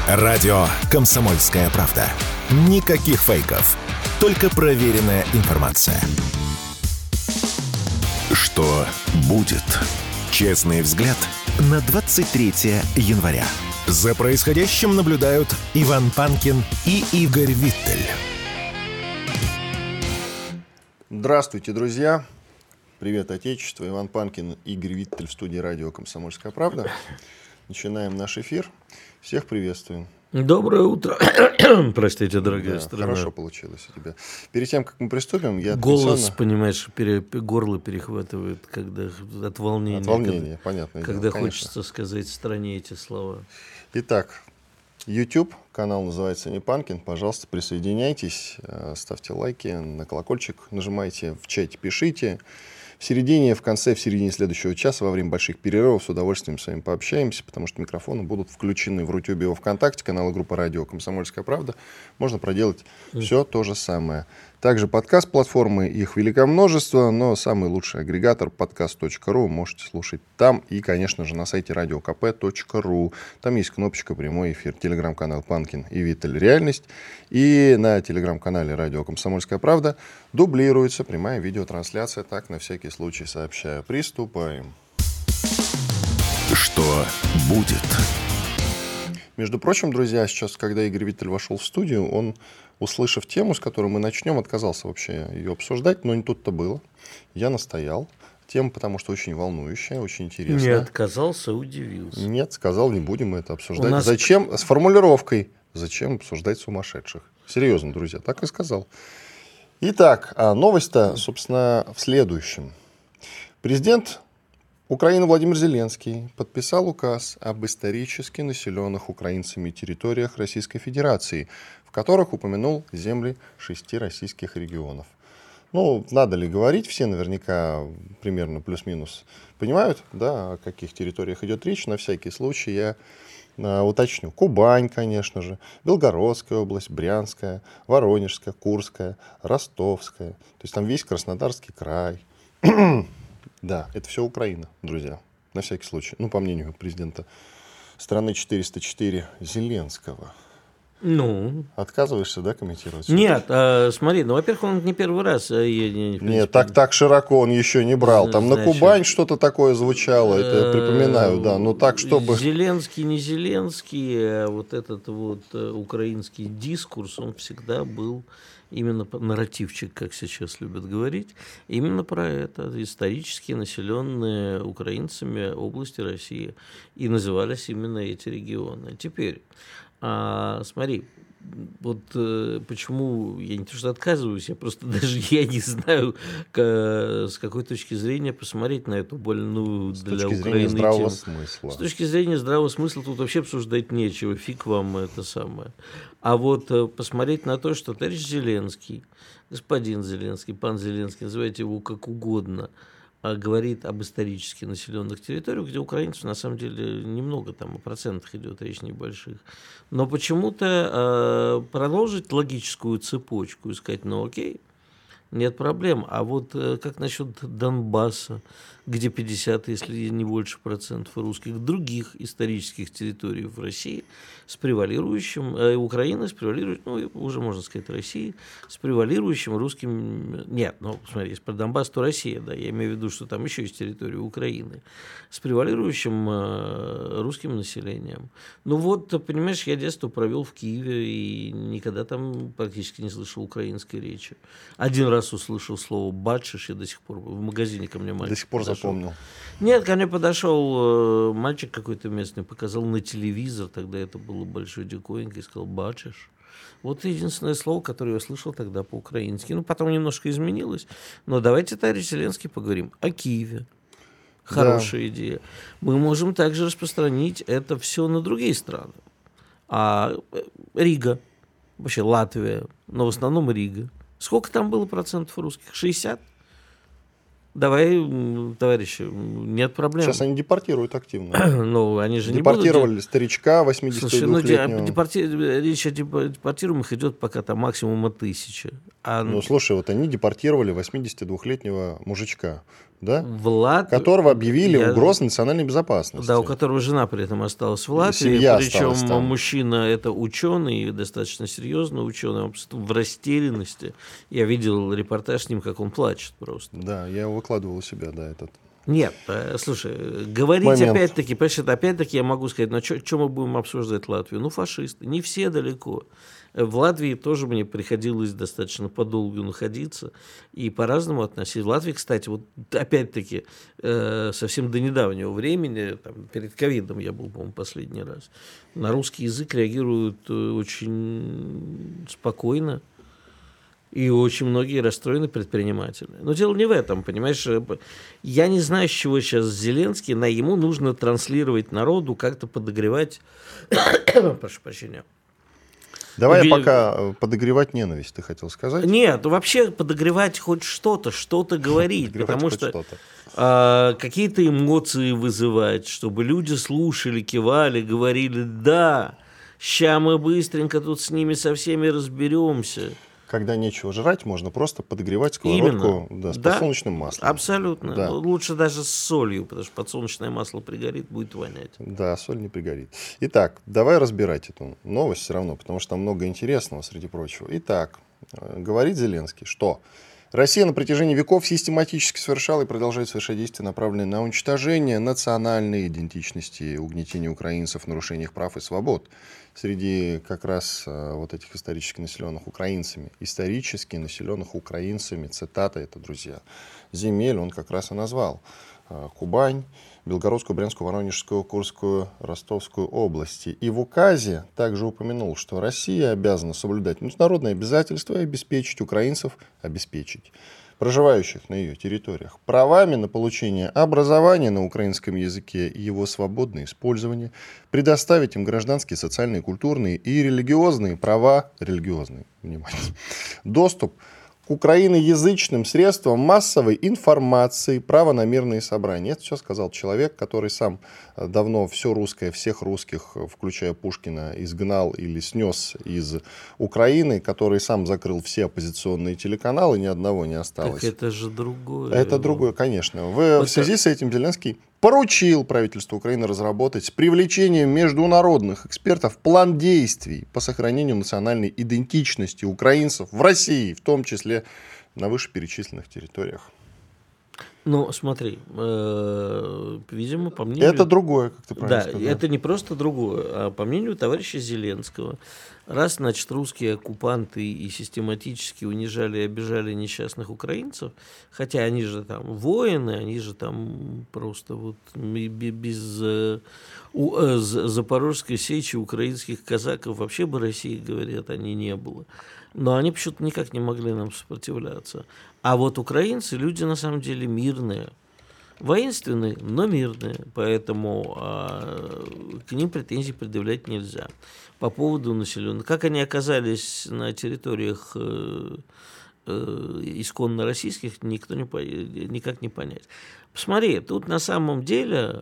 Радио «Комсомольская правда». Никаких фейков. Только проверенная информация. Что будет? Честный взгляд на 23 января. За происходящим наблюдают Иван Панкин и Игорь Виттель. Здравствуйте, друзья. Привет, Отечество. Иван Панкин, Игорь Виттель в студии радио «Комсомольская правда». Начинаем наш эфир. Всех приветствуем. Доброе утро. Простите, дорогая страна. Хорошо получилось у тебя. Перед тем, как мы приступим, я голос, понимаешь, горло перехватывает, когда от волнения. От волнения, понятно. Когда хочется сказать в стране эти слова. Итак, YouTube, канал называется «Не Панкин». Пожалуйста, присоединяйтесь, ставьте лайки, на колокольчик нажимайте, в чате пишите. В середине следующего часа, во время больших перерывов, с удовольствием с вами пообщаемся, потому что микрофоны будут включены в Рутюбе и во ВКонтакте, каналы группы радио «Комсомольская правда». Можно проделать все то же самое. Также подкаст-платформы, их великое множество, но самый лучший агрегатор podcast.ru. Можете слушать там и, конечно же, на сайте radiokp.ru. Там есть кнопочка «Прямой эфир», телеграм-канал «Панкин и Виттель. Реальность». И на телеграм-канале «Радио Комсомольская правда» дублируется прямая видеотрансляция. Так, на всякий случай сообщаю. Приступаем. Что будет? Между прочим, друзья, сейчас, когда Игорь Виттель вошел в студию, он, услышав тему, с которой мы начнем, отказался вообще ее обсуждать, но не тут-то было. Я настоял. Тема, потому что очень волнующая, очень интересная. Не отказался, удивился. Нет, сказал, не будем мы это обсуждать. Зачем? С формулировкой. Зачем обсуждать сумасшедших? Серьезно, друзья, так и сказал. Итак, новость-то, собственно, в следующем. Президент Украины Владимир Зеленский подписал указ об исторически населенных украинцами территориях Российской Федерации, в которых упомянул земли 6 российских регионов. Ну, надо ли говорить, все наверняка примерно плюс-минус понимают, да, о каких территориях идет речь. На всякий случай я уточню. Кубань, конечно же, Белгородская область, Брянская, Воронежская, Курская, Ростовская. То есть там весь Краснодарский край. Да, это все Украина, друзья, на всякий случай. Ну, по мнению президента страны 404 Зеленского. Ну? Отказываешься, да, комментировать? Нет, смотри, во-первых, он не первый раз. Нет, так широко он еще не брал. Там на Кубань что-то такое звучало, это я припоминаю, да. Но так, чтобы... Зеленский, не Зеленский, вот этот вот украинский дискурс, он всегда был именно нарративчик, как сейчас любят говорить, именно про это. Исторически населенные украинцами области России. И назывались именно эти регионы. Теперь, смотри, вот почему я не то что отказываюсь, я просто даже не знаю, с какой точки зрения посмотреть на эту больную для Украины тему. С точки зрения здравого смысла. С точки зрения здравого смысла тут вообще обсуждать нечего, фиг вам это самое. А вот посмотреть на то, что товарищ Зеленский, господин Зеленский, пан Зеленский, называйте его как угодно, говорит об исторически населенных территориях, где украинцев на самом деле немного, там о процентах идет речь небольших. Но почему-то продолжить логическую цепочку и сказать, ну окей, нет проблем. А вот как насчет Донбасса, где 50, если не больше процентов русских, других исторических территорий в России с превалирующим, Украины с превалирующим, ну, уже можно сказать России, с превалирующим русским, нет, ну, смотри, если про Донбасс, то Россия, да, я имею в виду, что там еще есть территория Украины, с превалирующим русским населением. Ну вот, понимаешь, я детство провел в Киеве и никогда там практически не слышал украинской речи. Один раз услышал слово «бачиш», я до сих пор в магазине ко мне мальчик до сих пор подошел. Запомнил. Нет, ко мне подошел мальчик какой-то местный, показал на телевизор, тогда это было большой диковинкой, и сказал «бачиш». Вот единственное слово, которое я слышал тогда по-украински. Ну, потом немножко изменилось. Но давайте, товарищ Зеленский, поговорим о Киеве. Хорошая идея. Мы можем также распространить это все на другие страны. Рига, вообще Латвия, но в основном Рига. Сколько там было процентов русских? 60? Давай, товарищи, нет проблем. Сейчас они депортируют активно. Ну, они же депортировали не будут... старичка 82-летнего. Речь о депортируемых идет пока там максимум 1000. Ну, слушай, вот они депортировали 82-летнего мужичка, да? которого объявили угрозой национальной безопасности. Да, у которого жена при этом осталась в Латвии. Семья причем осталась там. Мужчина это ученый, достаточно серьезный ученый, он в растерянности. Я видел репортаж с ним, как он плачет просто. Да, я его выкладывал у себя, да, этот. Нет, слушай, говорить опять-таки, понимаешь, опять-таки я могу сказать, ну что мы будем обсуждать Латвию? Ну, фашисты, не все далеко. В Латвии тоже мне приходилось достаточно подолгу находиться и по-разному относиться. В Латвии, кстати, вот опять-таки совсем до недавнего времени, там, перед ковидом я был, по-моему, последний раз, на русский язык реагируют очень спокойно. И очень многие расстроены предприниматели. Но дело не в этом, понимаешь? Я не знаю, с чего сейчас Зеленский, ему нужно транслировать народу, как-то подогревать... Прошу прощения. Давай пока подогревать ненависть, ты хотел сказать? Нет, вообще подогревать хоть что-то говорить, потому что какие-то эмоции вызывать, чтобы люди слушали, кивали, говорили, да, ща мы быстренько тут с ними со всеми разберемся. Когда нечего жрать, можно просто подогревать сковородку с подсолнечным маслом. Абсолютно. Да. Лучше даже с солью, потому что подсолнечное масло пригорит, будет вонять. Да, соль не пригорит. Итак, давай разбирать эту новость все равно, потому что там много интересного, среди прочего. Итак, говорит Зеленский, что Россия на протяжении веков систематически совершала и продолжает совершать действия, направленные на уничтожение национальной идентичности, угнетение украинцев, нарушение их прав и свобод. Среди как раз вот этих исторически населенных украинцами, цитата это, друзья, земель он как раз и назвал. Кубань, Белгородскую, Брянскую, Воронежскую, Курскую, Ростовскую области. И в указе также упомянул, что Россия обязана соблюдать международные обязательства и обеспечить украинцев, проживающих на ее территориях, правами на получение образования на украинском языке и его свободное использование, предоставить им гражданские, социальные, культурные и религиозные права, доступ к украиноязычным средствам массовой информации, право на мирные собрания. Это все сказал человек, который сам давно все русское, всех русских, включая Пушкина, изгнал или снес из Украины, который сам закрыл все оппозиционные телеканалы, ни одного не осталось. Так это же другое. Это другое, конечно. В связи с этим Зеленский поручил правительству Украины разработать с привлечением международных экспертов план действий по сохранению национальной идентичности украинцев в России, в том числе на вышеперечисленных территориях. Ну, смотри, видимо, по мнению... Это другое, как ты правильно сказал. Да, это не просто другое, а по мнению товарища Зеленского, раз, значит, русские оккупанты и систематически унижали и обижали несчастных украинцев, хотя они же там воины, они же там просто вот без Запорожской сечи украинских казаков вообще бы России, говорят, они не было. Но они почему-то никак не могли нам сопротивляться. А вот украинцы, люди на самом деле мирные. Воинственные, но мирные. Поэтому к ним претензий предъявлять нельзя. По поводу населения. Как они оказались на территориях исконно российских, никто никак не понять. Посмотри, тут на самом деле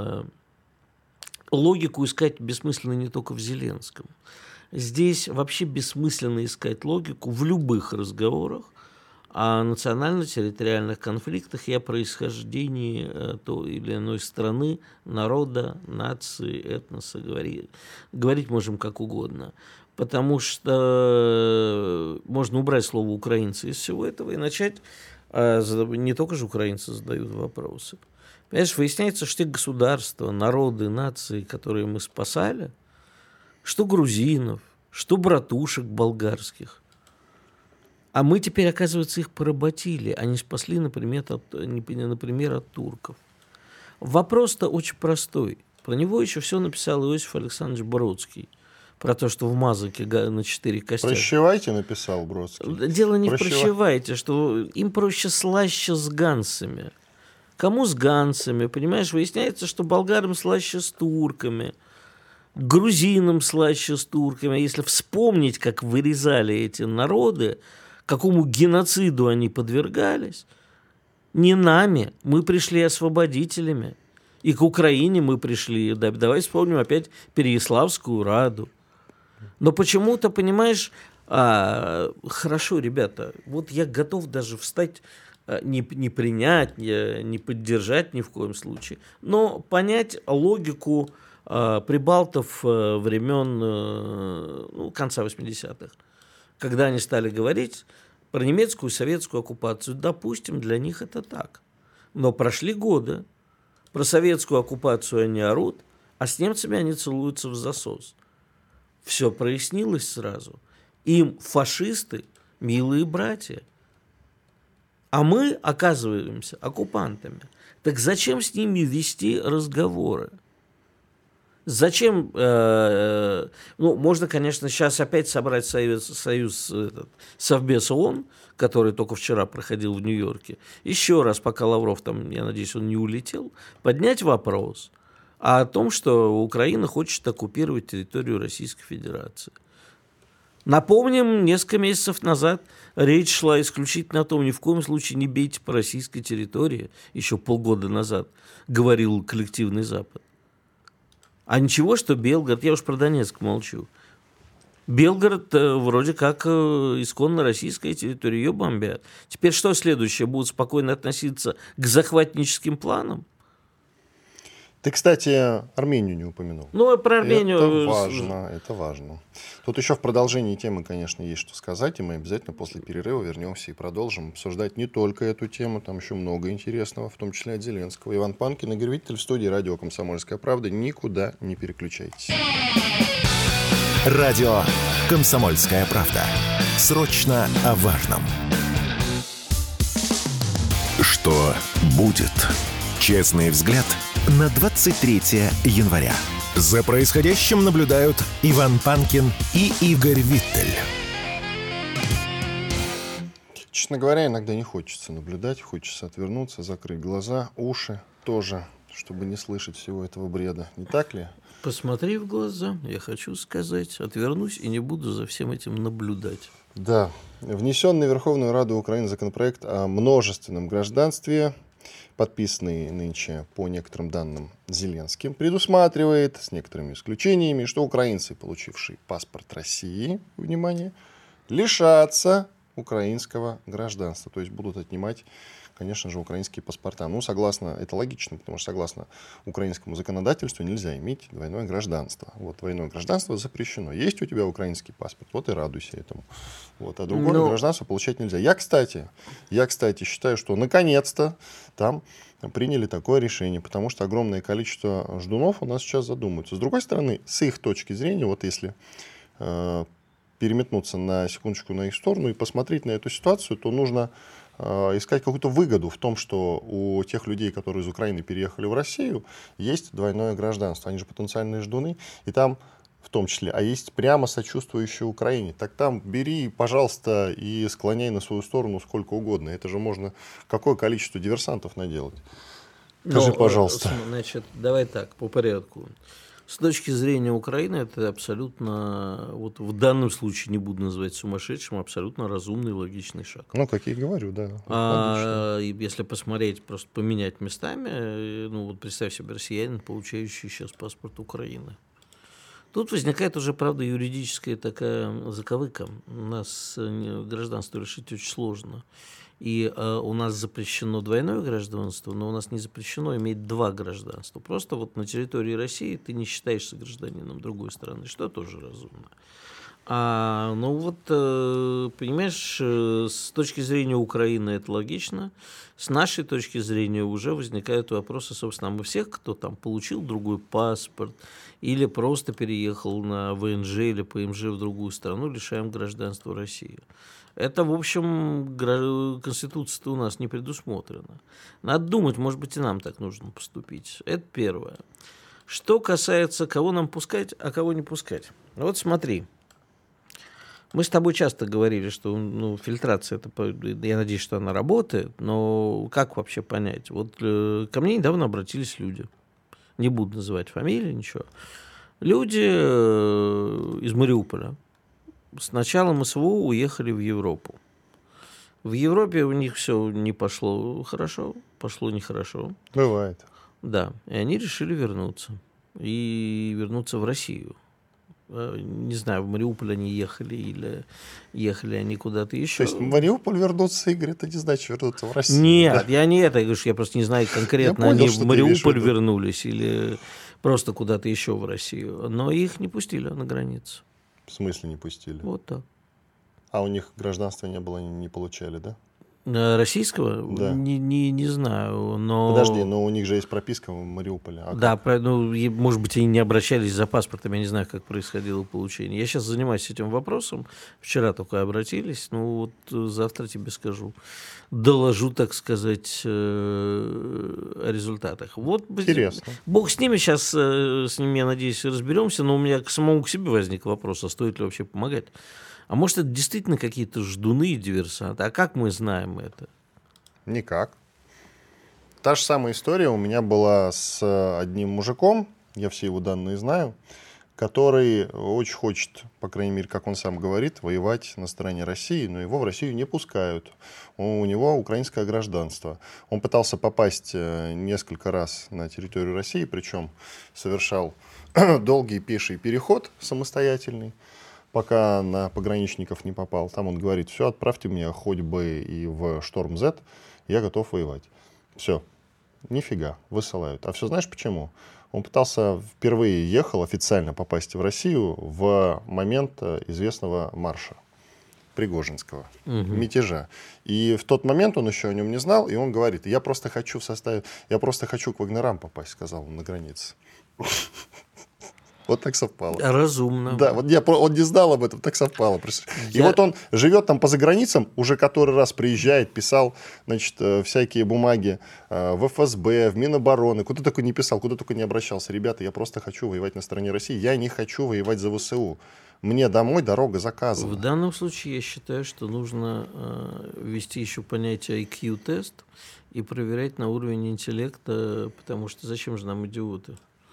логику искать бессмысленно не только в Зеленском. Здесь вообще бессмысленно искать логику в любых разговорах о национально-территориальных конфликтах и о происхождении той или иной страны, народа, нации, этноса. Говорить можем как угодно. Потому что можно убрать слово «украинцы» из всего этого и начать... Не только же украинцы задают вопросы. Понимаешь, выясняется, что те государства, народы, нации, которые мы спасали, что грузинов, что братушек болгарских. А мы теперь, оказывается, их поработили, а не спасли, например, от турков. Вопрос-то очень простой. Про него еще все написал Иосиф Александрович Бродский. Про то, что в мазаке на 4 костях. Прощевайте, написал Бродский. Дело не в прощевайте, что им проще слаще с ганцами. Кому с ганцами? Понимаешь, выясняется, что болгарам слаще с турками. Грузинам слаще с турками. Если вспомнить, как вырезали эти народы, какому геноциду они подвергались, Не нами. Мы пришли освободителями. И к Украине мы пришли. Да, давай вспомним опять Переяславскую Раду. Но почему-то, понимаешь, хорошо, ребята, вот я готов даже встать, не принять, не поддержать ни в коем случае, но понять логику прибалтов времен конца 80-х, когда они стали говорить про немецкую и советскую оккупацию. Допустим, для них это так. Но прошли годы, про советскую оккупацию они орут, а с немцами они целуются в засос. Все прояснилось сразу. Им фашисты милые братья. А мы оказываемся оккупантами. Так зачем с ними вести разговоры? Зачем? Можно, конечно, сейчас опять собрать союз Совбез ООН, который только вчера проходил в Нью-Йорке. Еще раз, пока Лавров там, я надеюсь, он не улетел, поднять вопрос о том, что Украина хочет оккупировать территорию Российской Федерации. Напомним, несколько месяцев назад речь шла исключительно о том, ни в коем случае не бейте по российской территории. Еще полгода назад говорил коллективный Запад. А ничего, что Белгород, я уж про Донецк молчу, Белгород вроде как исконно российская территория, ее бомбят. Теперь что следующее? Будут спокойно относиться к захватническим планам? Ты, кстати, Армению не упомянул. Про Армению... Это важно. Тут еще в продолжении темы, конечно, есть что сказать, и мы обязательно после перерыва вернемся и продолжим обсуждать не только эту тему, там еще много интересного, в том числе от Зеленского. Иван Панкин, Игорь Виттель в студии радио «Комсомольская правда». Никуда не переключайтесь. Радио «Комсомольская правда». Срочно о важном. Что будет? Честный взгляд на 23 января. За происходящим наблюдают Иван Панкин и Игорь Виттель. Честно говоря, иногда не хочется наблюдать, хочется отвернуться, закрыть глаза, уши тоже, чтобы не слышать всего этого бреда. Не так ли? Посмотри в глаза, я хочу сказать, отвернусь и не буду за всем этим наблюдать. Да, внесенный в Верховную Раду Украины законопроект о множественном гражданстве, подписанный нынче по некоторым данным Зеленским, предусматривает с некоторыми исключениями, что украинцы, получившие паспорт России, внимание, лишатся украинского гражданства, то есть будут отнимать, конечно же, украинские паспорта. Это логично, потому что согласно украинскому законодательству нельзя иметь двойное гражданство. Вот двойное гражданство запрещено. Есть у тебя украинский паспорт, вот и радуйся этому. А другое гражданство получать нельзя. Я, кстати, считаю, что наконец-то там приняли такое решение, потому что огромное количество ждунов у нас сейчас задумаются. С другой стороны, с их точки зрения, если переметнуться на секундочку на их сторону и посмотреть на эту ситуацию, то нужно искать какую-то выгоду в том, что у тех людей, которые из Украины переехали в Россию, есть двойное гражданство. Они же потенциальные ждуны, и там в том числе, а есть прямо сочувствующие Украине. Так там бери, пожалуйста, и склоняй на свою сторону сколько угодно. Это же можно какое количество диверсантов наделать. Скажи, пожалуйста. Значит, давай так, по порядку. С точки зрения Украины, это абсолютно, в данном случае не буду называть сумасшедшим, абсолютно разумный, логичный шаг. Как я и говорю, да. Если посмотреть, просто поменять местами, представь себе россиянин, получающий сейчас паспорт Украины. Тут возникает уже, правда, юридическая такая заковыка. У нас гражданство решить очень сложно. И у нас запрещено двойное гражданство, но у нас не запрещено иметь два гражданства. Просто на территории России ты не считаешься гражданином другой страны, что тоже разумно. Понимаешь, с точки зрения Украины это логично. С нашей точки зрения уже возникают вопросы, собственно, мы всех, кто там получил другой паспорт или просто переехал на ВНЖ или ПМЖ в другую страну, лишаем гражданства России. Это, в общем, Конституция-то у нас не предусмотрена. Надо думать, может быть, и нам так нужно поступить. Это первое. Что касается, кого нам пускать, а кого не пускать. Смотри. Мы с тобой часто говорили, что фильтрация, я надеюсь, что она работает, но как вообще понять? Ко мне недавно обратились люди. Не буду называть фамилии, ничего. Люди из Мариуполя. С началом СВО уехали в Европу. В Европе у них все не пошло хорошо, пошло нехорошо. Бывает. Да, и они решили вернуться. И вернуться в Россию. Не знаю, в Мариуполь они ехали или ехали они куда-то еще. То есть в Мариуполь вернуться, Игорь, это не значит вернуться в Россию? Нет, да? я не это. Я говорю, я просто не знаю конкретно, понял, они что в ты Мариуполь имеешь в виду. вернулись или просто куда-то еще в Россию. Но их не пустили на границу. В смысле не пустили? Вот так. А у них гражданства не было, они не получали, да? Российского? Да. Не знаю, но... Подожди, но у них же есть прописка в Мариуполе. А Да, может быть, они не обращались за паспортом, я не знаю, как происходило получение. Я сейчас занимаюсь этим вопросом, вчера только обратились, ну вот завтра тебе скажу. Доложу, так сказать, о результатах. Вот, Интересно. Бог с ними, сейчас с ними, я надеюсь, разберемся, но у меня к самому к себе возник вопрос, а стоит ли вообще помогать? А может, это действительно какие-то ждуны и диверсанты? А как мы знаем это? Никак. Та же самая история у меня была с одним мужиком, я все его данные знаю, который очень хочет, по крайней мере, как он сам говорит, воевать на стороне России, но его в Россию не пускают. У него украинское гражданство. Он пытался попасть несколько раз на территорию России, причем совершал долгий пеший переход самостоятельный, пока на пограничников не попал. Там он говорит, все, отправьте меня хоть бы и в Шторм Z, я готов воевать. Все, нифига, высылают. А все знаешь почему? Он пытался, впервые ехал официально попасть в Россию в момент известного марша Пригожинского, мятежа. И в тот момент он еще о нем не знал, и он говорит, я просто хочу к Вагнерам попасть, сказал он на границе. Вот так совпало. Разумно. Да, вот он не знал об этом, так совпало. И вот он живет там по заграницам, уже который раз приезжает, писал, значит, всякие бумаги в ФСБ, в Минобороны, куда только не писал, куда только не обращался. Ребята, я просто хочу воевать на стороне России, я не хочу воевать за ВСУ. Мне домой дорога заказана. В данном случае я считаю, что нужно ввести еще понятие IQ-тест и проверять на уровень интеллекта, потому что зачем же нам идиоты?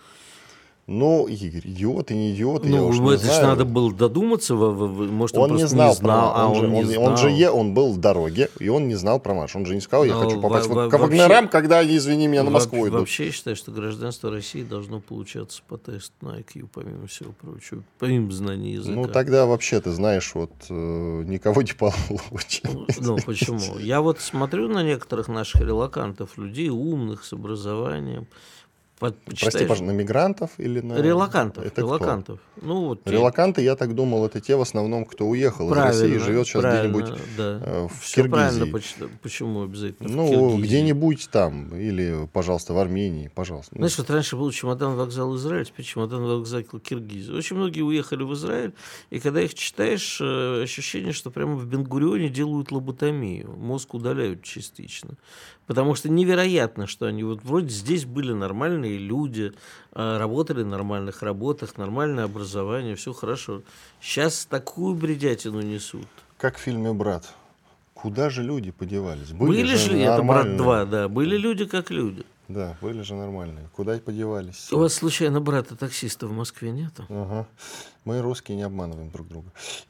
Ну, Игорь, идиоты, не идиоты, ну, я уж не это знаю. же надо было додуматься, может, он не просто не знал, он был в дороге, и он не знал про марш. Он же не сказал, я хочу попасть к Вагнерам, когда они, извини меня, на Москву идут. Вообще я считаю, что гражданство России должно получаться по тесту на IQ, помимо всего прочего, помимо знаний языка. Ну, тогда вообще, ты знаешь, вот никого не получится. Ну, почему? Я вот смотрю на некоторых наших релокантов, людей умных, с образованием. Прости, пожалуйста, на мигрантов или на... Релокантов. Это релокантов. Ну, вот релоканты, я так думал, это те в основном, кто уехал из России и живет сейчас где-нибудь в Все Киргизии. Правильно, почему обязательно в Ну, Киргизии? где-нибудь там, или, пожалуйста, в Армении, пожалуйста. Знаешь, вот раньше был чемодан-вокзал Израиль, теперь чемодан-вокзал Киргизии. Очень многие уехали в Израиль, и когда их читаешь, ощущение, что прямо в Бен-Гурионе делают лоботомию, мозг удаляют частично. Потому что невероятно, что они вот вроде здесь были нормальные люди, работали в нормальных работах, нормальное образование, все хорошо. Сейчас такую бредятину несут. Как в фильме «Брат». Куда же люди подевались? Были же, это «Брат 2», да, были люди как люди. Да, были же нормальные. Куда подевались? У вас, случайно, брата-таксиста в Москве нету? Ага. Мы, русские, не обманываем друг друга.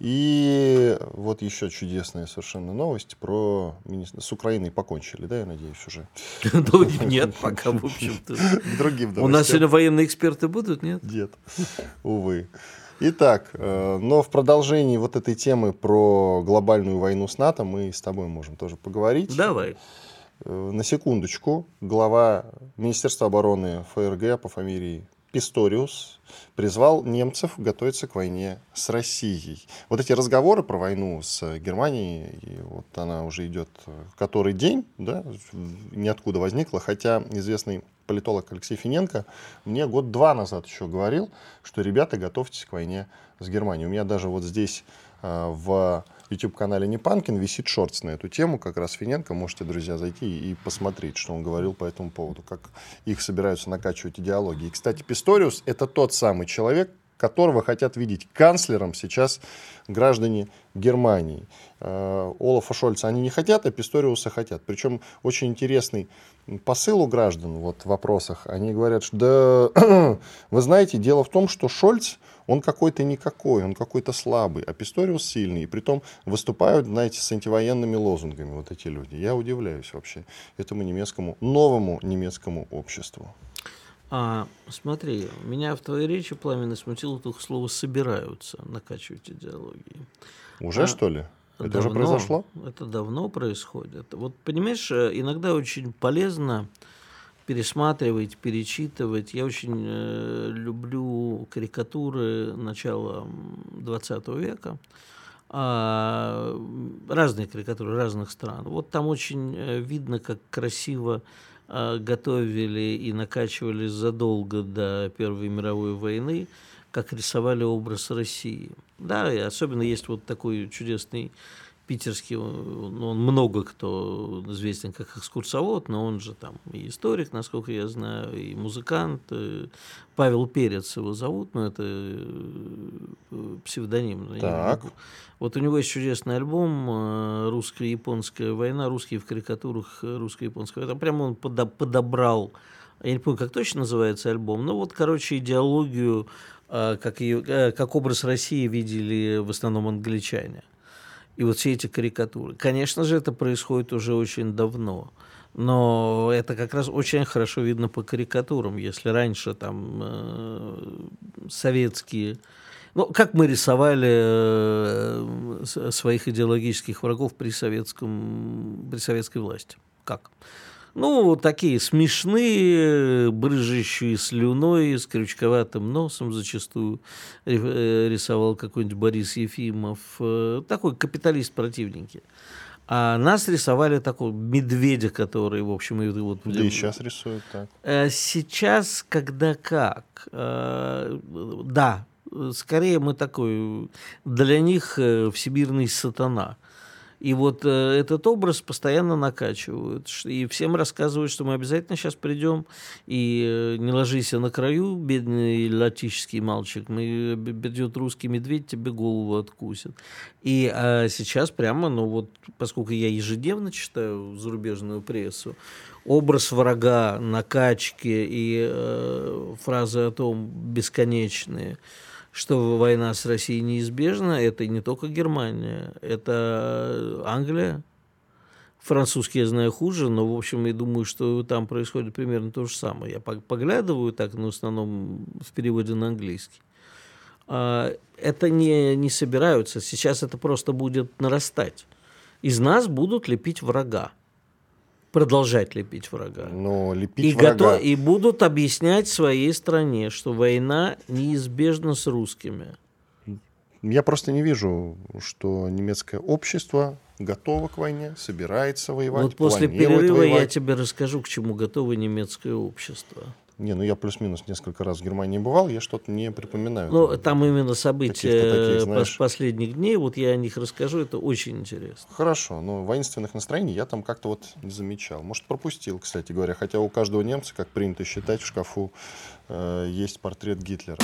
И вот еще чудесная совершенно новость про... С Украиной покончили, да, я надеюсь, уже? Ну, нет, пока, в общем-то. К другим новостям. У нас сегодня военные эксперты будут, нет? Нет, увы. Итак, но в продолжении вот этой темы про глобальную войну с НАТО мы с тобой можем тоже поговорить. Давай. На секундочку, глава Министерства обороны ФРГ по фамилии Писториус призвал немцев готовиться к войне с Россией. Вот эти разговоры про войну с Германией, и вот она уже идет который день, да, ниоткуда возникла, хотя известный политолог Алексей Финенко мне 1-2 года назад еще говорил, что, ребята, готовьтесь к войне с Германией. У меня даже вот здесь в YouTube-канале Непанкин висит шортс на эту тему, как раз Финенко, можете, друзья, зайти и посмотреть, что он говорил по этому поводу, как их собираются накачивать идеологией. И, кстати, Писториус — это тот самый человек, которого хотят видеть канцлером сейчас граждане Германии. Олафа Шольца они не хотят, а Писториуса хотят. Причем очень интересный посыл у граждан вот, в вопросах. Они говорят, что да, вы знаете, дело в том, что Шольц, Он какой-то никакой, он какой-то слабый, а Писториус сильный. И притом выступают, знаете, с антивоенными лозунгами вот эти люди. Я удивляюсь вообще этому новому немецкому обществу. Смотри, меня в твоей речи, Пламенный, смутило только слово «собираются» накачивать идеологии. Уже, что ли? Это уже произошло? Это давно происходит. Вот, понимаешь, иногда очень полезно пересматривать, перечитывать. Я очень люблю карикатуры начала 20 века. Разные карикатуры разных стран. Вот там очень видно, как красиво готовили и накачивали задолго до Первой мировой войны, как рисовали образ России. Да, и особенно есть вот такой чудесный питерский, он много кто известен как экскурсовод, но он же там и историк, насколько я знаю, и музыкант. Павел Перец его зовут, но это псевдоним. Так. Вот у него есть чудесный альбом «Русско-японская война», русские в карикатурах русско-японской войны. Там прямо он подобрал, я не помню, как точно называется альбом, но вот, короче, идеологию, как образ России видели в основном англичане. И вот все эти карикатуры. Конечно же, это происходит уже очень давно. Но это как раз очень хорошо видно по карикатурам. Если раньше там советские... Ну, как мы рисовали своих идеологических врагов при советской власти? Как? Ну, такие смешные, брызжущие слюной, с крючковатым носом зачастую рисовал какой-нибудь Борис Ефимов. Такой капиталист противники. А нас рисовали такого медведя, который, в общем... Вот, да и сейчас рисуют так. Сейчас, когда как. Да, скорее мы такой... Для них всемирный сатана. И вот этот образ постоянно накачивают. И всем рассказывают, что мы обязательно сейчас придем, и не ложись на краю, бедный латышский мальчик, придет русский медведь, тебе голову откусит. И сейчас прямо, ну вот, поскольку я ежедневно читаю зарубежную прессу, образ врага, накачки и фразы о том бесконечные, что война с Россией неизбежна, это не только Германия, это Англия. Французский я знаю хуже, но, в общем, я думаю, что там происходит примерно то же самое. Я поглядываю так, но в основном в переводе на английский. Это не собираются, сейчас это просто будет нарастать. Из нас будут лепить врага. Продолжать лепить врага. Но лепить врага. И будут объяснять своей стране, что война неизбежна с русскими. Я просто не вижу, что немецкое общество готово к войне, собирается воевать, вот после перерыва воевать. Я тебе расскажу, к чему готово немецкое общество. Не, ну я плюс-минус несколько раз в Германии бывал, я что-то не припоминаю. Ну, там именно события последних дней, вот я о них расскажу, это очень интересно. Хорошо, но воинственных настроений я там как-то вот не замечал. Может, пропустил, кстати говоря, хотя у каждого немца, как принято считать, в шкафу есть портрет Гитлера.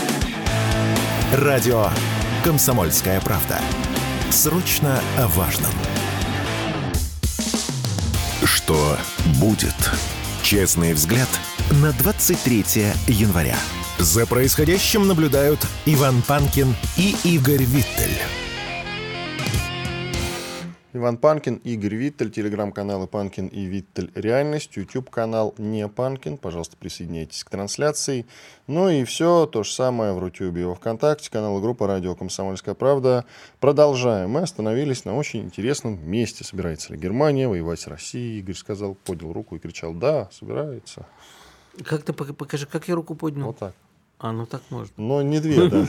Радио «Комсомольская правда». Срочно о важном. Что будет? Честный взгляд на 23 января. За происходящим наблюдают Иван Панкин и Игорь Виттель. Иван Панкин, Игорь Виттель, телеграм-каналы Панкин и Виттель «Реальность», YouTube-канал «Не Панкин». Пожалуйста, присоединяйтесь к трансляции. Ну и все то же самое в Рутюбе и во Вконтакте, канал и группа «Радио Комсомольская правда». Продолжаем. Мы остановились на очень интересном месте. Собирается ли Германия воевать с Россией? Игорь сказал, поднял руку и кричал: да, собирается. Как ты покажи, как я руку поднял? Вот так. Ну так можно. Но не две, да.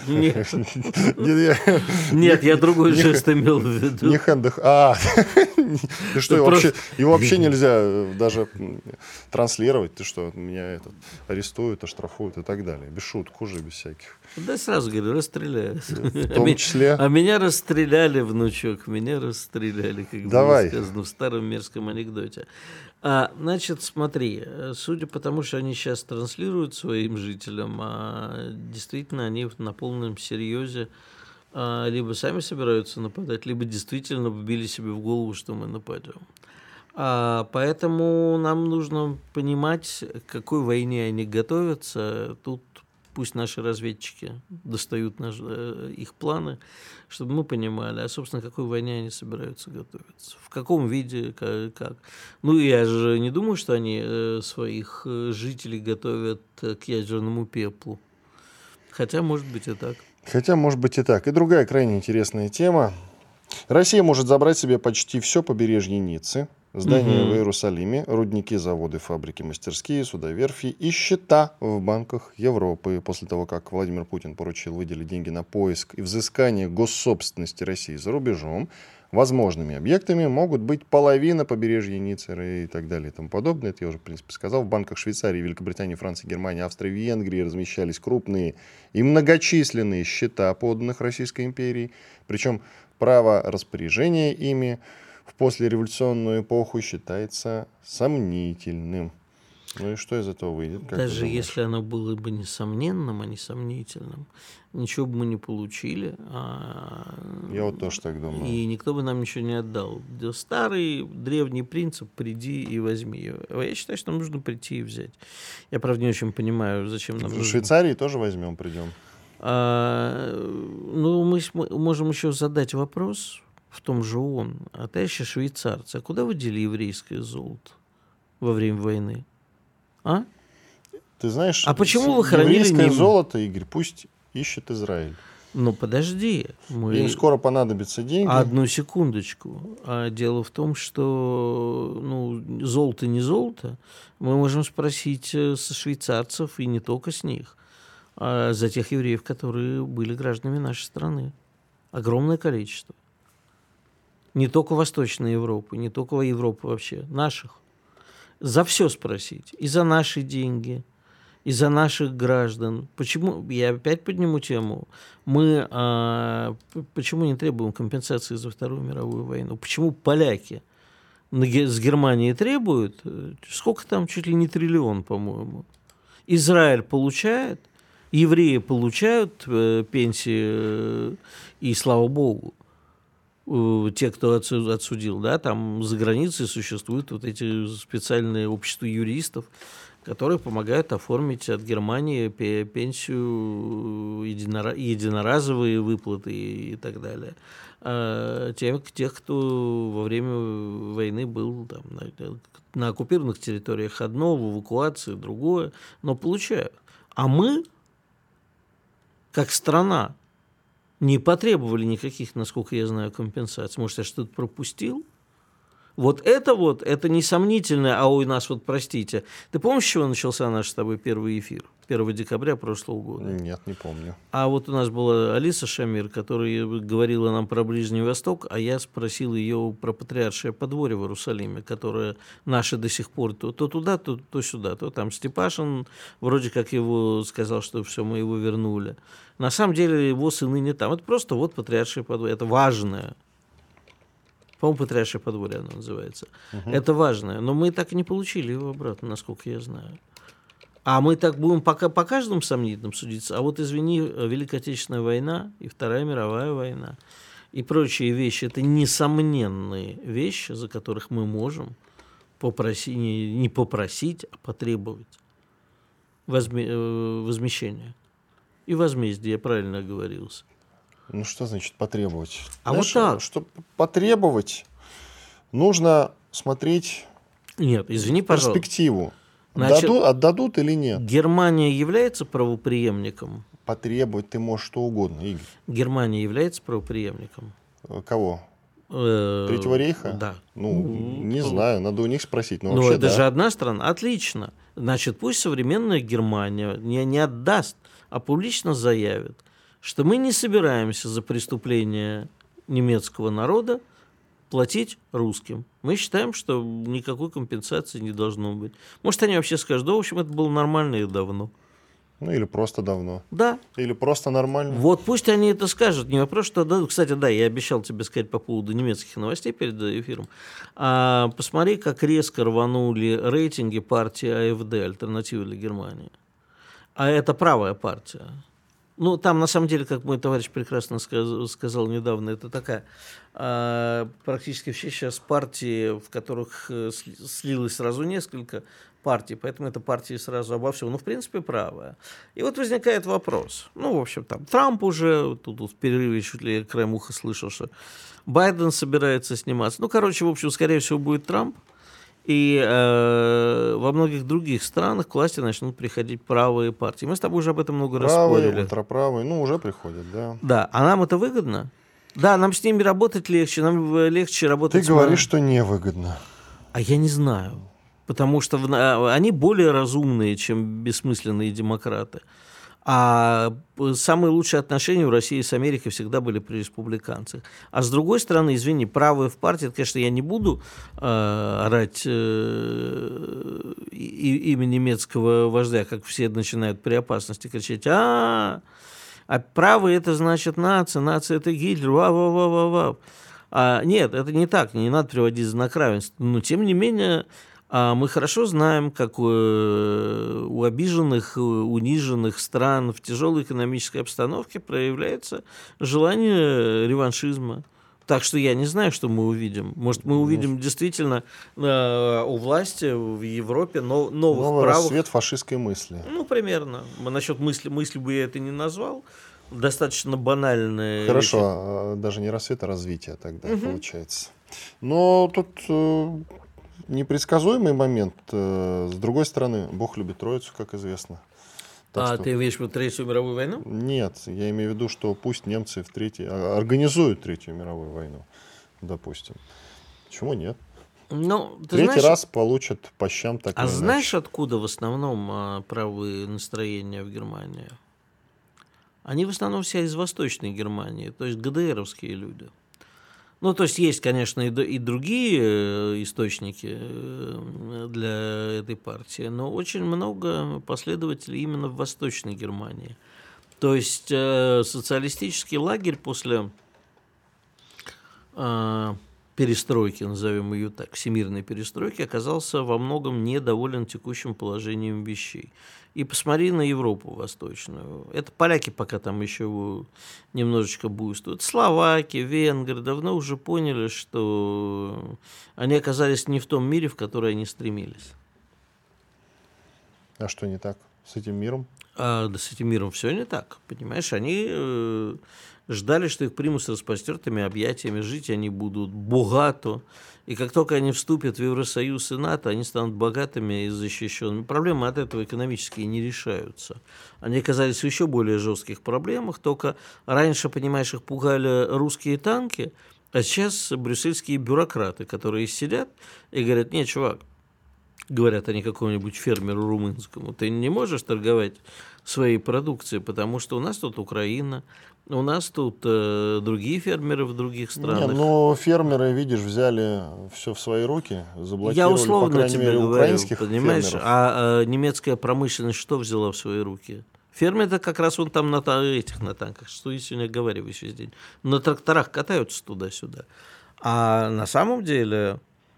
Нет, я другой жест имел в виду. Не хэндах. Ты что, его вообще нельзя даже транслировать? Ты что, меня арестуют, оштрафуют и так далее. Без шуток уже, без всяких. Да сразу говорю, расстреляли. В том числе. А меня расстреляли, внучок, меня расстреляли, как было сказано в старом мерзком анекдоте. Значит, смотри, судя по тому, что они сейчас транслируют своим жителям, действительно они на полном серьезе либо сами собираются нападать, либо действительно вбили себе в голову, что мы нападем. Поэтому нам нужно понимать, к какой войне они готовятся. Тут пусть наши разведчики достают их планы, чтобы мы понимали, а, собственно, к какой войне они собираются готовиться, в каком виде, как. Ну, я же не думаю, что они своих жителей готовят к ядерному пеплу. Хотя, может быть, и так. Хотя, может быть, и так. И другая крайне интересная тема. Россия может забрать себе почти все побережье Ниццы, здания в Иерусалиме, рудники, заводы, фабрики, мастерские, судоверфи и счета в банках Европы. После того, как Владимир Путин поручил выделить деньги на поиск и взыскание госсобственности России за рубежом, возможными объектами могут быть половина побережья Ниццы и так далее и тому подобное. Это я уже, в принципе, сказал. В банках Швейцарии, Великобритании, Франции, Германии, Австрии, Венгрии размещались крупные и многочисленные счета подданных Российской империи. Причем право распоряжения ими в послереволюционную эпоху считается сомнительным. Ну и что из этого выйдет? Даже если оно было бы несомненным, а не сомнительным, ничего бы мы не получили. Я вот тоже так думаю. И никто бы нам ничего не отдал. Старый древний принцип «приди и возьми». Я считаю, что нам нужно прийти и взять. Я, правда, не очень понимаю, зачем нам... В Швейцарии тоже возьмем, придем. Ну, мы можем еще задать вопрос в том же ООН. А товарищи швейцарцы, а куда вы дели еврейское золото во время войны? А? Ты знаешь, почему вы хранили еврейское золото, Игорь, пусть ищет Израиль. Ну, подожди. Им скоро понадобятся деньги. Одну секундочку. Дело в том, что золото не золото. Мы можем спросить со швейцарцев, и не только с них, за тех евреев, которые были гражданами нашей страны. Огромное количество. Не только Восточной Европы, не только Европы вообще, наших. За все спросить. И за наши деньги, и за наших граждан. Почему? Я опять подниму тему. Мы почему не требуем компенсации за Вторую мировую войну? Почему поляки с Германии требуют? Сколько там? Чуть ли не 1 триллион, по-моему. Израиль получает, евреи получают пенсии, и слава богу. Те, кто отсудил, да, там за границей существуют вот эти специальные общества юристов, которые помогают оформить от Германии пенсию, единоразовые выплаты и так далее. Тех, кто во время войны был там, на оккупированных территориях одно, в эвакуации другое, но получают. А мы, как страна, не потребовали никаких, насколько я знаю, компенсаций. Может, я что-то пропустил? Вот это несомнительно. А у нас, простите, ты помнишь, с чего начался наш с тобой первый эфир? 1 декабря прошлого года. Нет, не помню. А вот у нас была Алиса Шамир, которая говорила нам про Ближний Восток, а я спросил ее про Патриаршее подворье в Иерусалиме, которое наше до сих пор то туда, то сюда. То там Степашин вроде как его сказал, что все, мы его вернули. На самом деле его сыны не там. Это просто Патриаршее подворье. Это важное. По-моему, Патриаршее подворье оно называется. Это важное. Но мы так и не получили его обратно, насколько я знаю. А мы так будем по каждому сомнительным судиться. А вот, извини, Великая Отечественная война и Вторая мировая война и прочие вещи, это несомненные вещи, за которых мы можем попросить, не попросить, а потребовать возмещения. И возмездия, я правильно оговорился. Ну, что значит потребовать? Знаешь, вот так. Чтобы потребовать, нужно смотреть перспективу. Значит, отдадут или нет? Германия является правопреемником? Потребовать ты можешь что угодно, Игорь. Германия является правопреемником? Кого? Третьего рейха? Да. Не знаю, надо у них спросить. Но это же одна страна. Отлично. Значит, пусть современная Германия не отдаст, а публично заявит, что мы не собираемся за преступления немецкого народа платить русским. Мы считаем, что никакой компенсации не должно быть. Может, они вообще скажут, да, в общем, это было нормально и давно. Или просто давно. Да. Или просто нормально. Вот пусть они это скажут. Не вопрос, что отдадут. Кстати, да, я обещал тебе сказать по поводу немецких новостей перед эфиром. Посмотри, как резко рванули рейтинги партии АФД, Альтернатива для Германии. А это правая партия. Ну, там, на самом деле, как мой товарищ прекрасно сказал недавно, это такая практически все сейчас партии, в которых слилось сразу несколько партий, поэтому это партии сразу обо всем. Ну, в принципе, правая. И вот возникает вопрос. Ну, в общем, там Трамп уже, тут в перерыве чуть ли краем уха слышал, что Байден собирается сниматься. Ну, короче, в общем, скорее всего, будет Трамп. И во многих других странах к власти начнут приходить правые партии. Мы с тобой уже об этом много раз спорили. Правые, ультраправые, ну, уже приходят, да. Да, а нам это выгодно? Да, нам с ними работать легче, нам легче работать Ты говоришь, что невыгодно. А я не знаю. Потому что они более разумные, чем бессмысленные демократы. А самые лучшие отношения у России с Америкой всегда были при республиканцах. А с другой стороны, извини, правые в партии, это, конечно, я не буду орать имя немецкого вождя, как все начинают при опасности кричать: а правые это значит нация это Гитлер, ва-ва-ва-ва-ва. Нет, это не так, не надо приводить знак равенства. Но, тем не менее, мы хорошо знаем, как у обиженных, униженных стран в тяжелой экономической обстановке проявляется желание реваншизма. Так что я не знаю, что мы увидим. Может, мы увидим действительно у власти в Европе новых новый правых... расцвет фашистской мысли. Ну, примерно. Насчет мысли бы я это не назвал. Достаточно банальные Хорошо, вещи. Даже не рассвет, а развитие тогда получается. Но тут непредсказуемый момент. С другой стороны, Бог любит троицу, как известно. Так что... ты имеешь в виду Третью мировую войну? Нет, я имею в виду, что пусть немцы организуют Третью мировую войну, допустим. Почему нет? Ну, Третий раз получат по щам так или иначе. Знаешь, откуда в основном правые настроения в Германии? Они в основном все из Восточной Германии, то есть ГДРовские люди. Ну, то есть, конечно, и другие источники для этой партии, но очень много последователей именно в Восточной Германии. То есть, социалистический лагерь после перестройки, назовем ее так, всемирной перестройки, оказался во многом недоволен текущим положением вещей. И посмотри на Европу Восточную. Это поляки пока там еще немножечко буйствуют. Словаки, венгры давно уже поняли, что они оказались не в том мире, в который они стремились. А что не так с этим миром? Да с этим миром все не так. Понимаешь, они ждали, что их примут с распростертыми объятиями, жить они будут богато. И как только они вступят в Евросоюз и НАТО, они станут богатыми и защищенными. Проблемы от этого экономические не решаются. Они оказались в еще более жестких проблемах, только раньше, понимаешь, их пугали русские танки, а сейчас брюссельские бюрократы, которые сидят и говорят: нет, чувак, говорят они какому-нибудь фермеру румынскому, ты не можешь торговать своей продукцией, потому что у нас тут Украина, у нас тут другие фермеры в других странах. Не, ну фермеры, видишь, взяли все в свои руки, заблокировали, я условно по крайней тебе мере, говорю, украинских понимаешь, фермеров. А немецкая промышленность что взяла в свои руки? Фермеры-то как раз вон там на танках, что я сегодня говорю весь день, на тракторах катаются туда-сюда. А на самом деле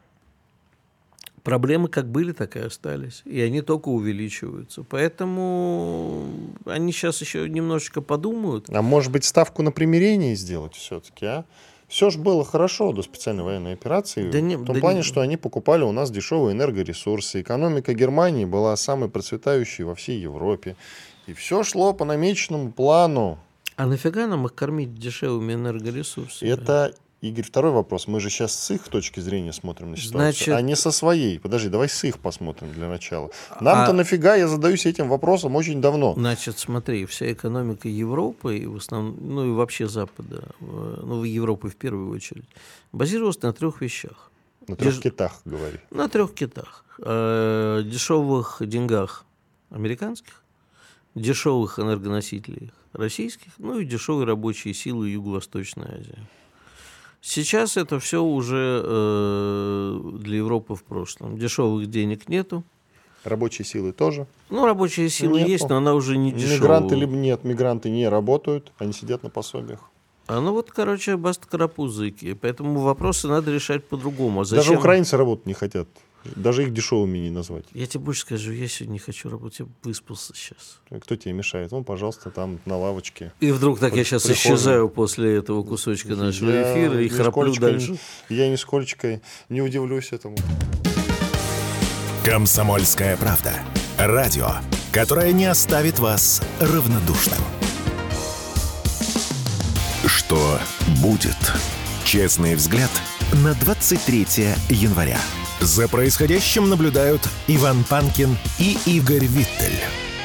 проблемы как были, так и остались. И они только увеличиваются. Поэтому они сейчас еще немножечко подумают. А может быть, ставку на примирение сделать все-таки, а? Все же было хорошо до специальной военной операции. В том плане, что они покупали у нас дешевые энергоресурсы. Экономика Германии была самой процветающей во всей Европе. И все шло по намеченному плану. А нафига нам их кормить дешевыми энергоресурсами? Это, Игорь, второй вопрос. Мы же сейчас с их точки зрения смотрим на ситуацию, а не со своей. Подожди, давай с их посмотрим для начала. Нам-то нафига, я задаюсь этим вопросом очень давно. Значит, смотри, вся экономика Европы, и в основном, ну и вообще Запада, ну Европы в первую очередь, базировалась на трех вещах. На трех китах, говори. На трех китах. Дешевых деньгах американских, дешевых энергоносителей российских, ну и дешевой рабочей силы Юго-Восточной Азии. Сейчас это все уже для Европы в прошлом. Дешевых денег нету. Рабочей силы тоже? Ну, рабочая сила есть, но она уже не дешевая. Мигранты либо нет, мигранты не работают, они сидят на пособиях. Ну вот, короче, баста карапузыки. Поэтому вопросы надо решать по-другому. А зачем? Даже украинцы работать не хотят. Даже их дешевыми не назвать. Я тебе больше скажу, я сегодня не хочу работать, я выспался сейчас. Кто тебе мешает? Вон, пожалуйста, там на лавочке. И вдруг так я сейчас исчезаю после этого кусочка нашего эфира и храплю дальше. Я нисколько не удивлюсь этому. «Комсомольская правда». Радио, которое не оставит вас равнодушным. Что будет? Честный взгляд на 23 января. За происходящим наблюдают Иван Панкин и Игорь Виттель.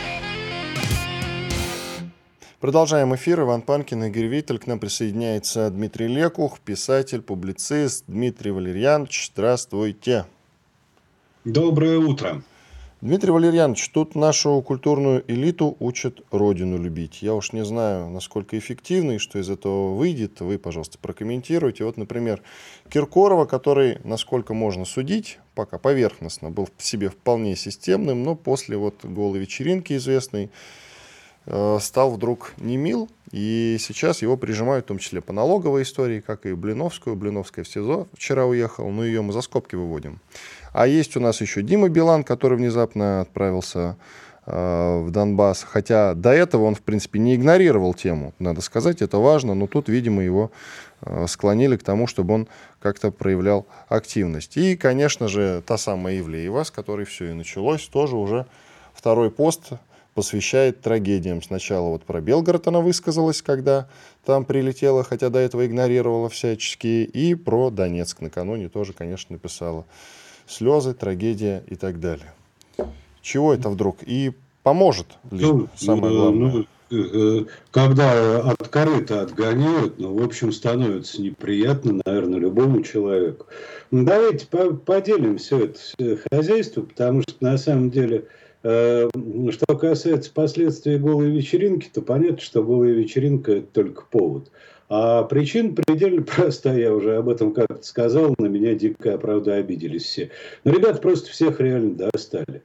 Продолжаем эфир. Иван Панкин, Игорь Виттель. К нам присоединяется Дмитрий Лекух, писатель, публицист. Дмитрий Валерьянович, здравствуйте. Доброе утро. Дмитрий Валерьянович, тут нашу культурную элиту учат родину любить. Я уж не знаю, насколько эффективно и что из этого выйдет. Вы, пожалуйста, прокомментируйте. Вот, например, Киркорова, который, насколько можно судить, пока поверхностно, был в себе вполне системным, но после вот голой вечеринки известной стал вдруг не мил. И сейчас его прижимают, в том числе по налоговой истории, как и Блиновскую. Блиновская в СИЗО вчера уехала, но ее мы за скобки выводим. А есть у нас еще Дима Билан, который внезапно отправился в Донбасс. Хотя до этого он, в принципе, не игнорировал тему. Надо сказать, это важно. Но тут, видимо, его склонили к тому, чтобы он как-то проявлял активность. И, конечно же, та самая Ивлеева, с которой все и началось, тоже уже второй пост посвящает трагедиям. Сначала вот про Белгород она высказалась, когда там прилетела, хотя до этого игнорировала всячески. И про Донецк накануне тоже, конечно, написала. Слезы, трагедия и так далее. Чего это вдруг? И поможет ли, самое главное? Когда от корыта отгоняют, в общем, становится неприятно, наверное, любому человеку. Давайте поделим все это хозяйство, потому что, на самом деле, что касается последствий голой вечеринки, то понятно, что голая вечеринка – это только повод. А причина предельно простая, я уже об этом как-то сказал, на меня дико, правда, обиделись все. Но ребята просто всех реально достали.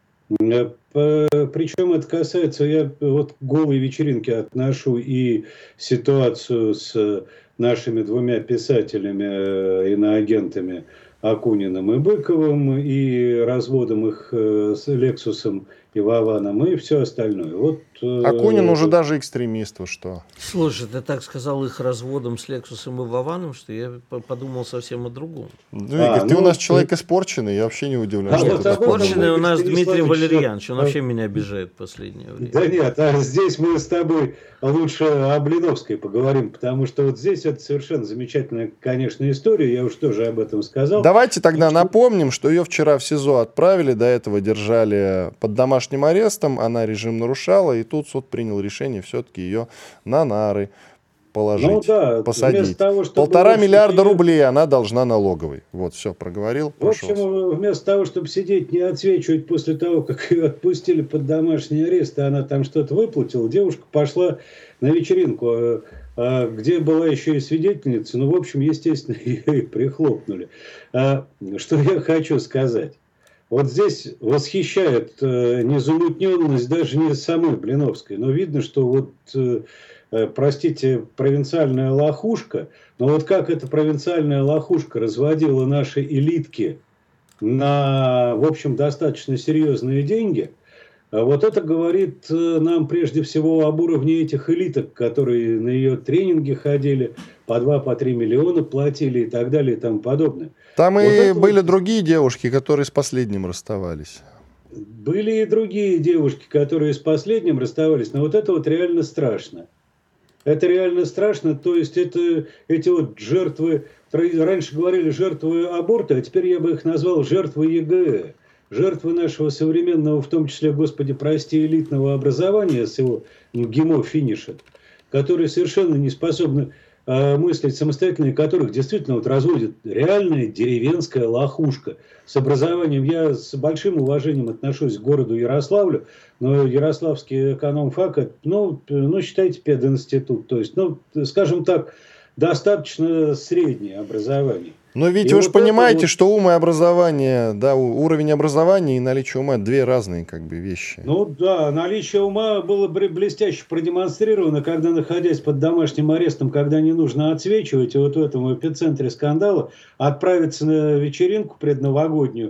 Причем это касается, я вот к голой вечеринке отношу и ситуацию с нашими двумя писателями, иноагентами Акуниным и Быковым, и разводом их с Лексусом и Вованом, и все остальное. Вот, Акунин уже даже экстремист, вы что? Слушай, ты так сказал их разводом с Лексусом и Вованом, что я подумал совсем о другом. Игорь, ты у нас человек испорченный, я вообще не удивлен. Испорченный у нас Дмитрий Валерьянович, он вообще меня обижает в последнее время. Да нет, а здесь мы с тобой лучше о Блиновской поговорим, потому что вот здесь это совершенно замечательная, конечно, история, я уж тоже об этом сказал. Давайте тогда напомним, что ее вчера в СИЗО отправили, до этого держали под домашним арестом, она режим нарушала, и тут суд принял решение все-таки ее на нары положить, посадить. Того, 1,5 миллиарда рублей она должна налоговой. Вот, все, проговорил. В общем, вместо того, чтобы сидеть, не отсвечивать после того, как ее отпустили под домашний арест, и она там что-то выплатила, девушка пошла на вечеринку, где была еще и свидетельница. Ну, в общем, естественно, ее и прихлопнули. Что я хочу сказать. Вот здесь восхищает незамутненность даже не самой Блиновской, но видно, что вот, простите, провинциальная лохушка, но вот как эта провинциальная лохушка разводила наши элитки на, в общем, достаточно серьезные деньги, вот это говорит нам прежде всего об уровне этих элиток, которые на ее тренинги ходили, по 2-3 миллиона платили и так далее и тому подобное. Там вот и были другие девушки, которые с последним расставались. Были и другие девушки, которые с последним расставались, но вот это вот реально страшно. Это реально страшно, то есть это эти вот жертвы, раньше говорили жертвы аборта, а теперь я бы их назвал жертвы ЕГЭ. Жертвы нашего современного, в том числе, господи, прости, элитного образования с его ГИМО-финишем, которые совершенно не способны мыслить самостоятельно, и которых действительно вот разводит реальная деревенская лохушка. С образованием я с большим уважением отношусь к городу Ярославлю, но Ярославский экономфак, ну, считайте, пединститут, то есть, ну, скажем так, достаточно среднее образование. Но ведь и вы же понимаете, что ум и образование, да, уровень образования и наличие ума – две разные как бы вещи. Ну да, наличие ума было блестяще продемонстрировано, когда, находясь под домашним арестом, когда не нужно отсвечивать, и вот в этом эпицентре скандала отправиться на вечеринку предновогоднюю,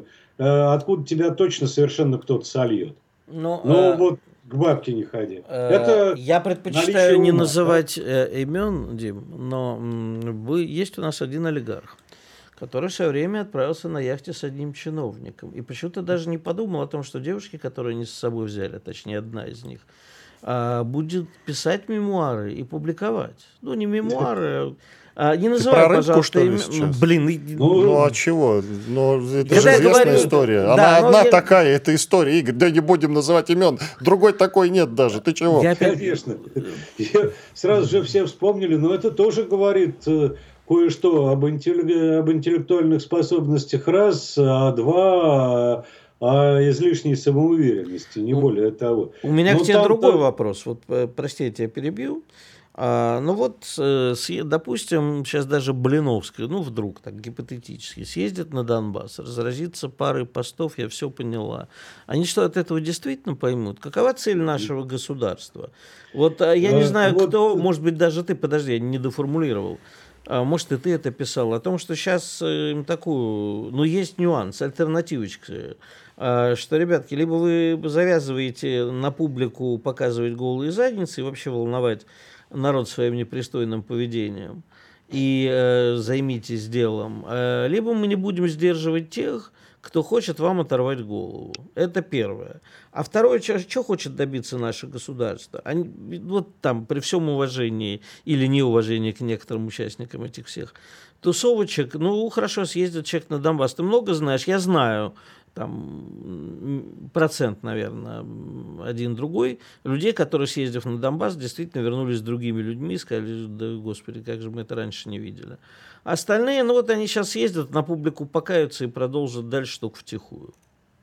откуда тебя точно совершенно кто-то сольет. Но вот к бабке не ходи. Это я предпочитаю не называть имен, Дим, но есть у нас один олигарх, который в свое время отправился на яхте с одним чиновником. И почему-то даже не подумал о том, что девушки, которые они с собой взяли, точнее, одна из них, будет писать мемуары и публиковать. Ну, не мемуары, не называй, пожалуйста, Ну, а чего? Ну, это же известная история. Она одна такая, эта история, Игорь. Да не будем называть имен. Другой такой нет даже. Ты чего? Конечно. Сразу же все вспомнили, но это тоже говорит кое-что об интеллектуальных способностях раз, а два о излишней самоуверенности, не более того. У меня к тебе другой вопрос. Вот, прости, я тебя перебью. Ну вот, допустим, сейчас даже Блиновская, ну вдруг так гипотетически, съездит на Донбасс, разразится парой постов, я все поняла. Они что, от этого действительно поймут? Какова цель нашего государства? Вот я не знаю, кто, может быть, даже ты, подожди, я не доформулировал. Может, и ты это писал, о том, что сейчас такую, ну, есть нюанс, альтернативочка, что, ребятки, либо вы завязываете на публику показывать голые задницы и вообще волновать народ своим непристойным поведением и займитесь делом, либо мы не будем сдерживать тех, кто хочет вам оторвать голову. Это первое. А второе, что хочет добиться наше государство? Вот там, при всем уважении или неуважении к некоторым участникам этих всех тусовочек, ну, хорошо, съездит человек на Донбасс. Ты много знаешь? Я знаю, там, процент, наверное, один-другой, людей, которые, съездив на Донбасс, действительно вернулись с другими людьми и сказали, да, господи, как же мы это раньше не видели. Остальные, ну вот они сейчас ездят, на публику покаются и продолжат дальше только втихую.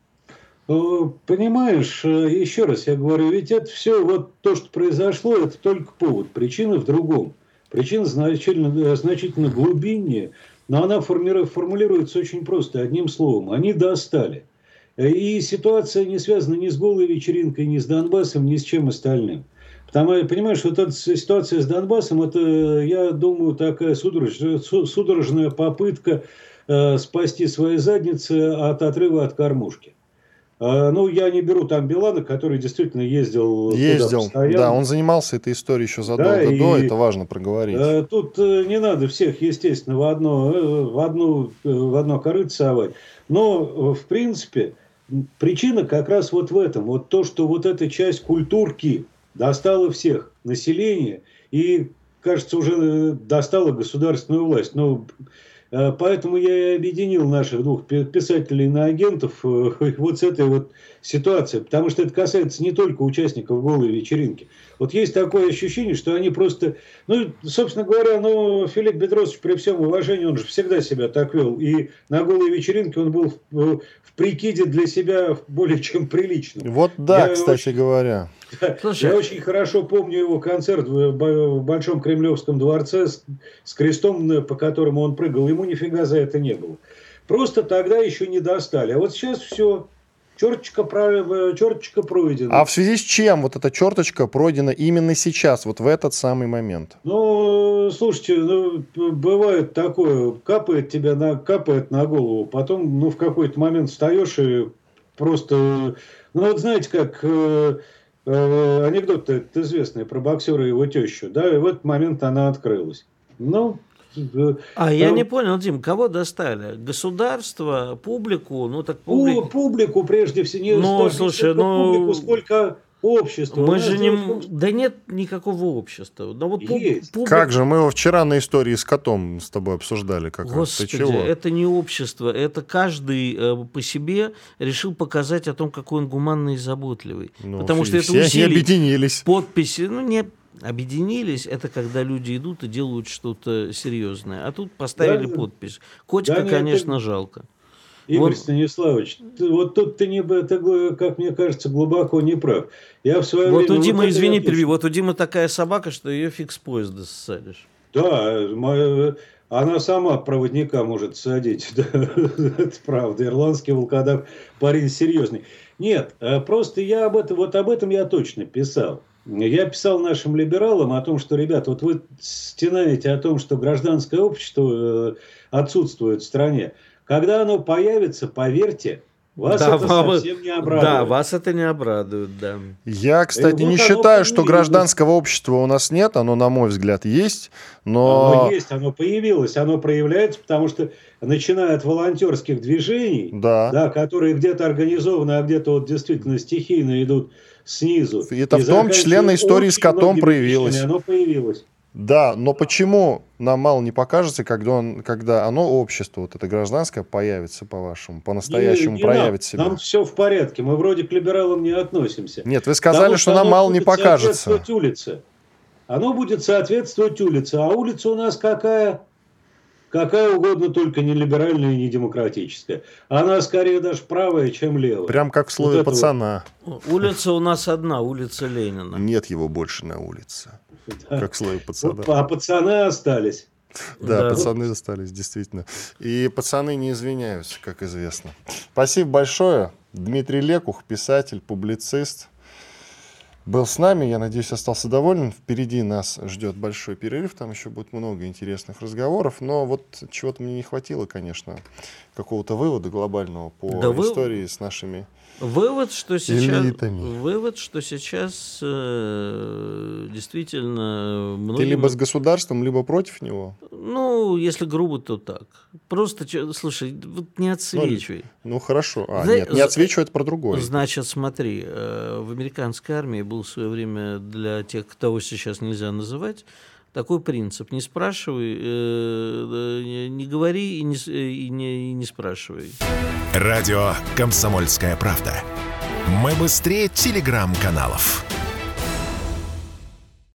Понимаешь, еще раз я говорю, ведь это все, вот то, что произошло, это только повод. Причина в другом. Причина значительно глубиннее, но она формулируется очень просто, одним словом. Они достали. И ситуация не связана ни с голой вечеринкой, ни с Донбассом, ни с чем остальным. Потому, понимаешь, вот эта ситуация с Донбассом, это, я думаю, такая судорожная попытка спасти свои задницы от отрыва от кормушки. Ну, я не беру там Билана, который действительно ездил туда постоянно. Да, он занимался этой историей еще задолго до, это важно проговорить. Тут не надо всех, естественно, в одно корыто совать. Но, в принципе, причина как раз вот в этом. Вот то, что вот эта часть культурки достала всех, население, и, кажется, уже достала государственную власть. Но поэтому я и объединил наших двух писателей-иноагентов вот с этой вот ситуацией. Потому что это касается не только участников голой вечеринки. Вот есть такое ощущение, что они просто... Ну, собственно говоря, Филипп Бедросович, при всем уважении, он же всегда себя так вел. И на голой вечеринке он был в прикиде для себя более чем приличным. Вот да, кстати говоря. Я очень хорошо помню его концерт в Большом Кремлевском дворце с крестом, по которому он прыгал. Ему нифига за это не было. Просто тогда еще не достали. А вот сейчас все. Черточка пройдена. А в связи с чем вот эта черточка пройдена именно сейчас, вот в этот самый момент? Ну, слушайте, бывает такое, капает на голову, потом, в какой-то момент встаешь и просто... Ну, вот знаете, как анекдот известный про боксера и его тещу, да, и в этот момент она открылась. Я не понял, Дим, кого достали? Государство, публику? Публику прежде всего. Слушай, публику, сколько общества. Мы же не... Да нет никакого общества. Есть. Как же, мы его вчера на истории с котом с тобой обсуждали. Господи, это не общество, это каждый по себе решил показать о том, какой он гуманный и заботливый. Потому что это усилий, объединились. Подписи, не... Объединились, это когда люди идут и делают что-то серьезное. А тут поставили подпись. Котика, конечно, жалко. Игорь Станиславович, вот тут ты, как мне кажется, глубоко не прав. Я в свое время... У Димы, извини, перебью, у Димы такая собака, что ее фиг с поезда ссадишь. Да, она сама проводника может садить. Это правда. Ирландский волкодав парень серьезный. Нет, просто я об этом я точно писал. Я писал нашим либералам о том, что, ребята, вот вы стенаете о том, что гражданское общество отсутствует в стране. Когда оно появится, поверьте, Вас это совсем не обрадует. Да, вас это не обрадует, да. Я, кстати, не считаю, что гражданского общества у нас нет. Оно, на мой взгляд, есть. Но... Оно есть, оно появилось, оно проявляется, потому что начиная от волонтерских движений, да, которые где-то организованы, а где-то вот действительно стихийно идут снизу. Это в том числе на истории с котом проявилось. Оно появилось. Да, но почему нам мало не покажется, когда оно, общество, вот это гражданское, появится, по-вашему, по-настоящему проявит себя? Нам все в порядке, мы вроде к либералам не относимся. Нет, вы сказали, что нам мало не покажется. Улице. Оно будет соответствовать улице. А улица у нас какая? Какая угодно, только не либеральная и не демократическая. Она скорее даже правая, чем левая. Прям как в слове пацана. Улица у нас одна, улица Ленина. Нет его больше на улице. Да. Как в слове пацана. А пацаны остались. Да, пацаны остались, действительно. И пацаны не извиняются, как известно. Спасибо большое. Дмитрий Лекух, писатель, публицист, был с нами. Я надеюсь, остался доволен. Впереди нас ждет большой перерыв. Там еще будет много интересных разговоров. Но вот чего-то мне не хватило, конечно, какого-то вывода глобального по истории с нашими Вывод, что сейчас действительно... Ты либо с государством, либо против него? Ну, если грубо, то так. Просто, слушай, вот не отсвечивай. Ну, хорошо. Нет, не отсвечивай, это про другое. Значит, смотри, в американской армии был в свое время для тех, кого сейчас нельзя называть, такой принцип: не спрашивай, не говори и не спрашивай. Радио «Комсомольская правда». Мы быстрее телеграм-каналов.